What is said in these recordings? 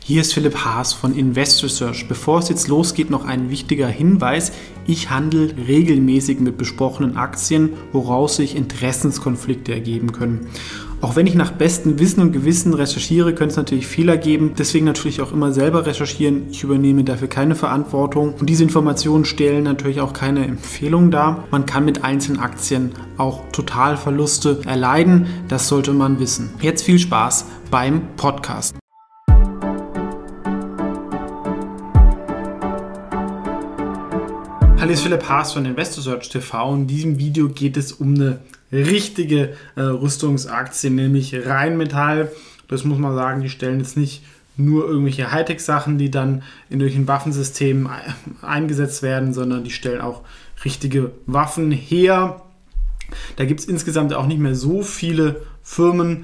Hier ist Philipp Haas von Invest Research. Bevor es jetzt losgeht, noch ein wichtiger Hinweis. Ich handle regelmäßig mit besprochenen Aktien, woraus sich Interessenskonflikte ergeben können. Auch wenn ich nach bestem Wissen und Gewissen recherchiere, können es natürlich Fehler geben. Deswegen natürlich auch immer selber recherchieren. Ich übernehme dafür keine Verantwortung. Und diese Informationen stellen natürlich auch keine Empfehlung dar. Man kann mit einzelnen Aktien auch Totalverluste erleiden. Das sollte man wissen. Jetzt viel Spaß beim Podcast. Hallo, ist Philipp Haas von Invest Research TV. In diesem Video geht es um eine richtige Rüstungsaktie, nämlich Rheinmetall. Das muss man sagen, die stellen jetzt nicht nur irgendwelche Hightech-Sachen, die dann in irgendwelchen Waffensystemen eingesetzt werden, sondern die stellen auch richtige Waffen her. Da gibt es insgesamt auch nicht mehr so viele Firmen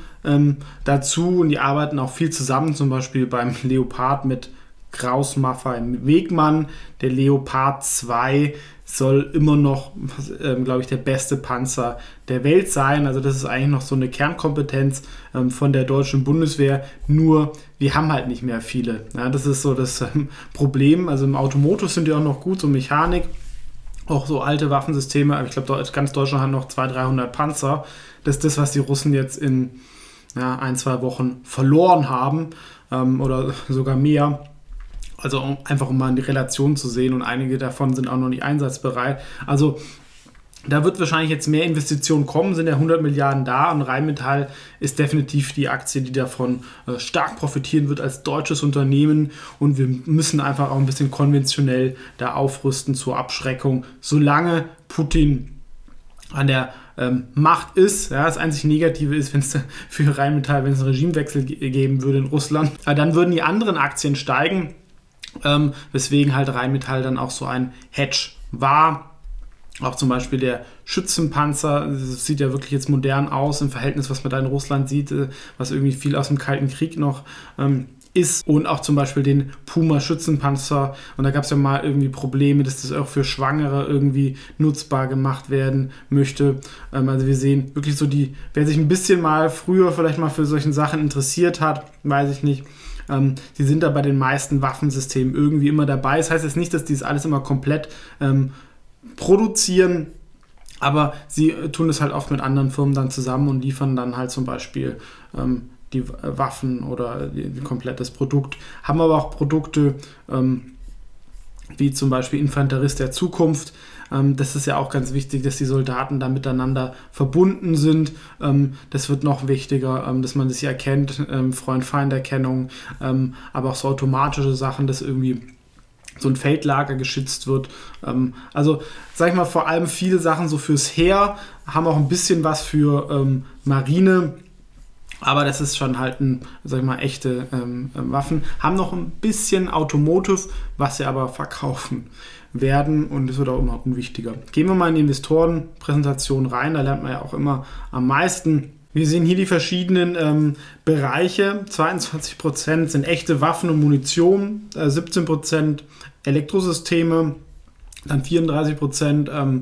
dazu und die arbeiten auch viel zusammen, zum Beispiel beim Leopard mit Krauss-Maffei Wegmann. Der Leopard 2 soll immer noch, glaube ich, der beste Panzer der Welt sein. Also das ist eigentlich noch so eine Kernkompetenz von der deutschen Bundeswehr. Nur wir haben halt nicht mehr viele. Ja, das ist so das Problem. Also im Automotive sind die auch noch gut, so Mechanik. Auch so alte Waffensysteme. Aber ich glaube, ganz Deutschland hat noch 200-300 Panzer. Das ist das, was die Russen jetzt in 1-2 Wochen verloren haben. Oder sogar mehr. Also einfach um mal in die Relation zu sehen, und einige davon sind auch noch nicht einsatzbereit. Also da wird wahrscheinlich jetzt mehr Investitionen kommen, sind ja 100 Milliarden da, und Rheinmetall ist definitiv die Aktie, die davon stark profitieren wird als deutsches Unternehmen, und wir müssen einfach auch ein bisschen konventionell da aufrüsten zur Abschreckung, solange Putin an der Macht ist. Ja, das einzig Negative ist, wenn es für Rheinmetall, wenn es einen Regimewechsel geben würde in Russland, dann würden die anderen Aktien steigen. Weswegen halt Rheinmetall dann auch so ein Hedge war. Auch zum Beispiel der Schützenpanzer, das sieht ja wirklich jetzt modern aus im Verhältnis, was man da in Russland sieht, was irgendwie viel aus dem Kalten Krieg noch ist. Und auch zum Beispiel den Puma-Schützenpanzer. Und da gab es ja mal irgendwie Probleme, dass das auch für Schwangere irgendwie nutzbar gemacht werden möchte. Also wir sehen wirklich so wer sich ein bisschen mal früher vielleicht mal für solche Sachen interessiert hat, weiß ich nicht, die sind da bei den meisten Waffensystemen irgendwie immer dabei. Das heißt jetzt nicht, dass die das alles immer komplett produzieren, aber sie tun es halt oft mit anderen Firmen dann zusammen und liefern dann halt zum Beispiel die Waffen oder ein komplettes Produkt. Haben aber auch Produkte wie zum Beispiel Infanterist der Zukunft. Das ist ja auch ganz wichtig, dass die Soldaten da miteinander verbunden sind. Das wird noch wichtiger, dass man das hier erkennt, Freund-Feind-Erkennung, aber auch so automatische Sachen, dass irgendwie so ein Feldlager geschützt wird. Also, sag ich mal, vor allem viele Sachen so fürs Heer, haben auch ein bisschen was für Marine. Aber das ist schon halt echte Waffen. Haben noch ein bisschen Automotive, was sie aber verkaufen werden, und das wird auch immer unwichtiger. Gehen wir mal in die Investorenpräsentation rein, da lernt man ja auch immer am meisten. Wir sehen hier die verschiedenen Bereiche. 22% sind echte Waffen und Munition, 17% Elektrosysteme, dann 34%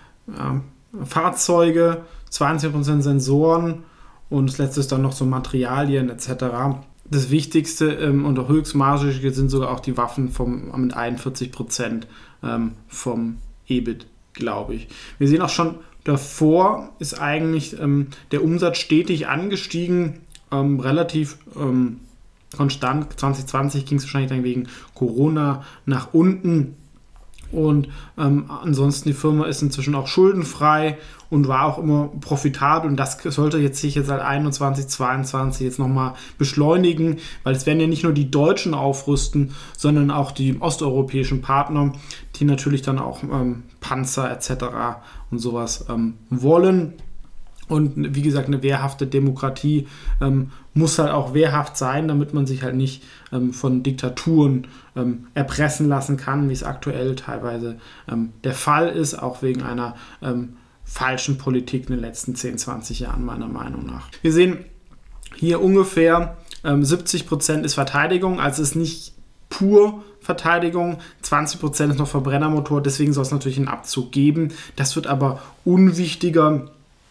Fahrzeuge, 22% Sensoren, und das letzte ist dann noch so Materialien etc. Das Wichtigste und auch höchstmargige sind sogar auch die Waffen mit 41% vom EBIT, glaube ich. Wir sehen auch schon, davor ist eigentlich der Umsatz stetig angestiegen, relativ konstant. 2020 ging es wahrscheinlich dann wegen Corona nach unten. Und ansonsten die Firma ist inzwischen auch schuldenfrei und war auch immer profitabel, und das sollte sich jetzt seit 2021, 2022 jetzt nochmal beschleunigen, weil es werden ja nicht nur die Deutschen aufrüsten, sondern auch die osteuropäischen Partner, die natürlich dann auch Panzer etc. und sowas wollen. Und wie gesagt, eine wehrhafte Demokratie muss halt auch wehrhaft sein, damit man sich halt nicht von Diktaturen erpressen lassen kann, wie es aktuell teilweise der Fall ist, auch wegen einer falschen Politik in den letzten 10, 20 Jahren meiner Meinung nach. Wir sehen hier ungefähr 70% ist Verteidigung, also ist nicht pur Verteidigung, 20% ist noch Verbrennermotor, deswegen soll es natürlich einen Abzug geben. Das wird aber unwichtiger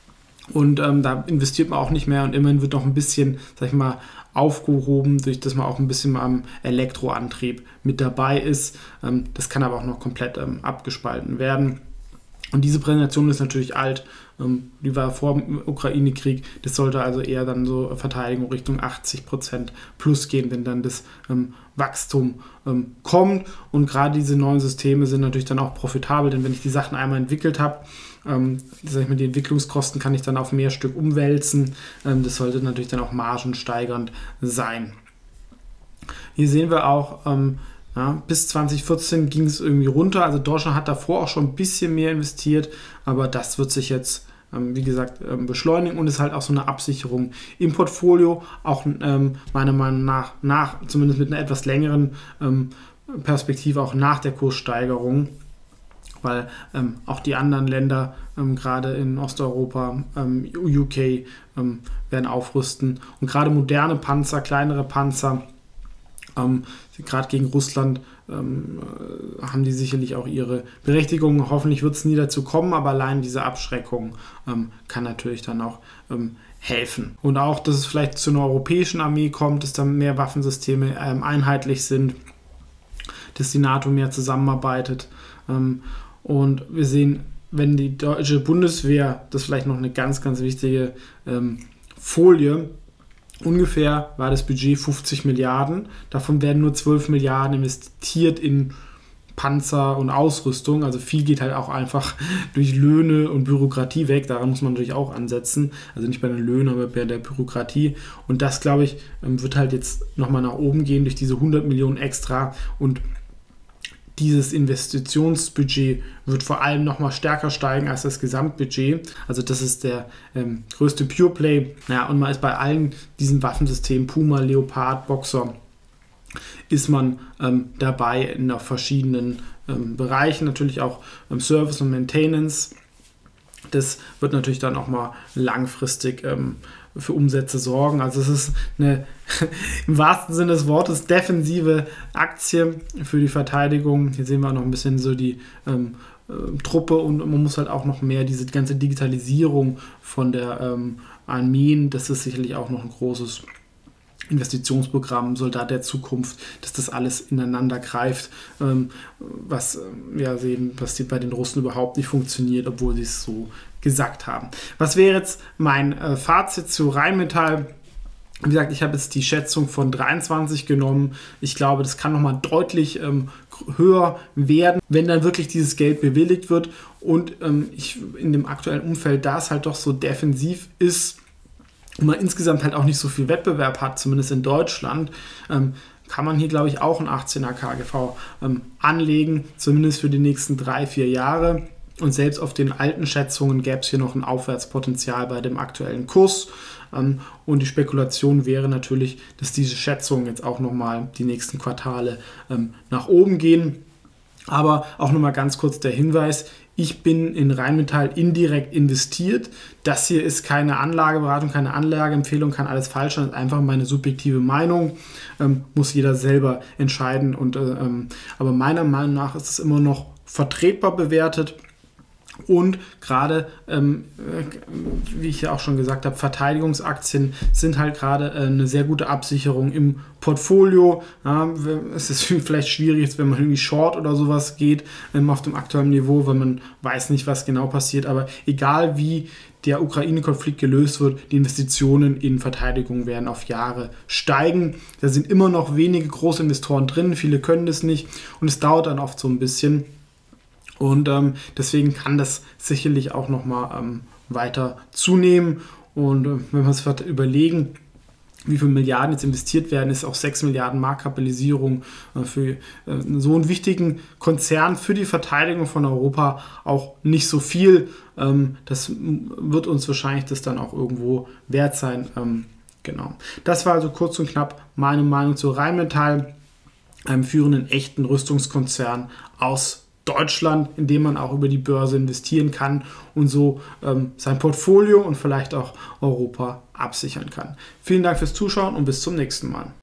Und da investiert man auch nicht mehr und immerhin wird noch ein bisschen, sag ich mal, aufgehoben, durch dass man auch ein bisschen am Elektroantrieb mit dabei ist. Das kann aber auch noch komplett abgespalten werden. Und diese Präsentation ist natürlich alt, die war vor dem Ukraine-Krieg. Das sollte also eher dann so Verteidigung Richtung 80% plus gehen, wenn dann das Wachstum kommt. Und gerade diese neuen Systeme sind natürlich dann auch profitabel, denn wenn ich die Sachen einmal entwickelt habe, sag ich mal, die Entwicklungskosten kann ich dann auf mehr Stück umwälzen. Das sollte natürlich dann auch margensteigernd sein. Hier sehen wir auch, bis 2014 ging es irgendwie runter. Also Deutschland hat davor auch schon ein bisschen mehr investiert, aber das wird sich jetzt, wie gesagt, beschleunigen und ist halt auch so eine Absicherung im Portfolio, auch meiner Meinung nach zumindest mit einer etwas längeren Perspektive, auch nach der Kurssteigerung, weil auch die anderen Länder, gerade in Osteuropa, UK, werden aufrüsten. Und gerade moderne Panzer, kleinere Panzer, gerade gegen Russland, haben die sicherlich auch ihre Berechtigung. Hoffentlich wird es nie dazu kommen, aber allein diese Abschreckung kann natürlich dann auch helfen. Und auch, dass es vielleicht zu einer europäischen Armee kommt, dass dann mehr Waffensysteme einheitlich sind, dass die NATO mehr zusammenarbeitet. Und wir sehen, wenn die deutsche Bundeswehr, das ist vielleicht noch eine ganz, ganz wichtige Folie, ungefähr war das Budget 50 Milliarden. Davon werden nur 12 Milliarden investiert in Panzer und Ausrüstung. Also viel geht halt auch einfach durch Löhne und Bürokratie weg. Daran muss man natürlich auch ansetzen. Also nicht bei den Löhnen, aber bei der Bürokratie. Und das, glaube ich, wird halt jetzt nochmal nach oben gehen durch diese 100 Millionen extra. Und dieses Investitionsbudget wird vor allem nochmal stärker steigen als das Gesamtbudget. Also das ist der größte Pure Play. Ja, und man ist bei allen diesen Waffensystemen, Puma, Leopard, Boxer, ist man dabei in verschiedenen Bereichen, natürlich auch Service und Maintenance. Das wird natürlich dann auch mal langfristig für Umsätze sorgen. Also es ist eine im wahrsten Sinne des Wortes defensive Aktie für die Verteidigung. Hier sehen wir auch noch ein bisschen so die Truppe und man muss halt auch noch mehr diese ganze Digitalisierung von der Armeen, das ist sicherlich auch noch ein großes Investitionsprogramm, Soldat der Zukunft, dass das alles ineinander greift, was wir sehen, was bei den Russen überhaupt nicht funktioniert, obwohl sie es so gesagt haben. Was wäre jetzt mein Fazit zu Rheinmetall? Wie gesagt, ich habe jetzt die Schätzung von 23 genommen. Ich glaube, das kann nochmal deutlich höher werden, wenn dann wirklich dieses Geld bewilligt wird. Und in dem aktuellen Umfeld, da es halt doch so defensiv ist, und man insgesamt halt auch nicht so viel Wettbewerb hat, zumindest in Deutschland, kann man hier, glaube ich, auch ein 18er KGV anlegen, zumindest für die nächsten 3-4 Jahre. Und selbst auf den alten Schätzungen gäbe es hier noch ein Aufwärtspotenzial bei dem aktuellen Kurs. Und die Spekulation wäre natürlich, dass diese Schätzungen jetzt auch nochmal die nächsten Quartale nach oben gehen. Aber auch nochmal ganz kurz der Hinweis, ich bin in Rheinmetall indirekt investiert. Das hier ist keine Anlageberatung, keine Anlageempfehlung, kann alles falsch sein, ist einfach meine subjektive Meinung. Muss jeder selber entscheiden. Aber meiner Meinung nach ist es immer noch vertretbar bewertet. Und gerade, wie ich ja auch schon gesagt habe, Verteidigungsaktien sind halt gerade eine sehr gute Absicherung im Portfolio. Ja, es ist vielleicht schwierig, wenn man irgendwie Short oder sowas geht auf dem aktuellen Niveau, weil man weiß nicht, was genau passiert. Aber egal wie der Ukraine-Konflikt gelöst wird, die Investitionen in Verteidigung werden auf Jahre steigen. Da sind immer noch wenige Großinvestoren drin, viele können das nicht und es dauert dann oft so ein bisschen. Und deswegen kann das sicherlich auch nochmal weiter zunehmen. Und wenn wir uns überlegen, wie viele Milliarden jetzt investiert werden, ist auch 6 Milliarden Marktkapitalisierung für so einen wichtigen Konzern für die Verteidigung von Europa auch nicht so viel. Das wird uns wahrscheinlich das dann auch irgendwo wert sein. Genau. Das war also kurz und knapp meine Meinung zu Rheinmetall, einem führenden echten Rüstungskonzern aus Deutschland, in dem man auch über die Börse investieren kann und so sein Portfolio und vielleicht auch Europa absichern kann. Vielen Dank fürs Zuschauen und bis zum nächsten Mal.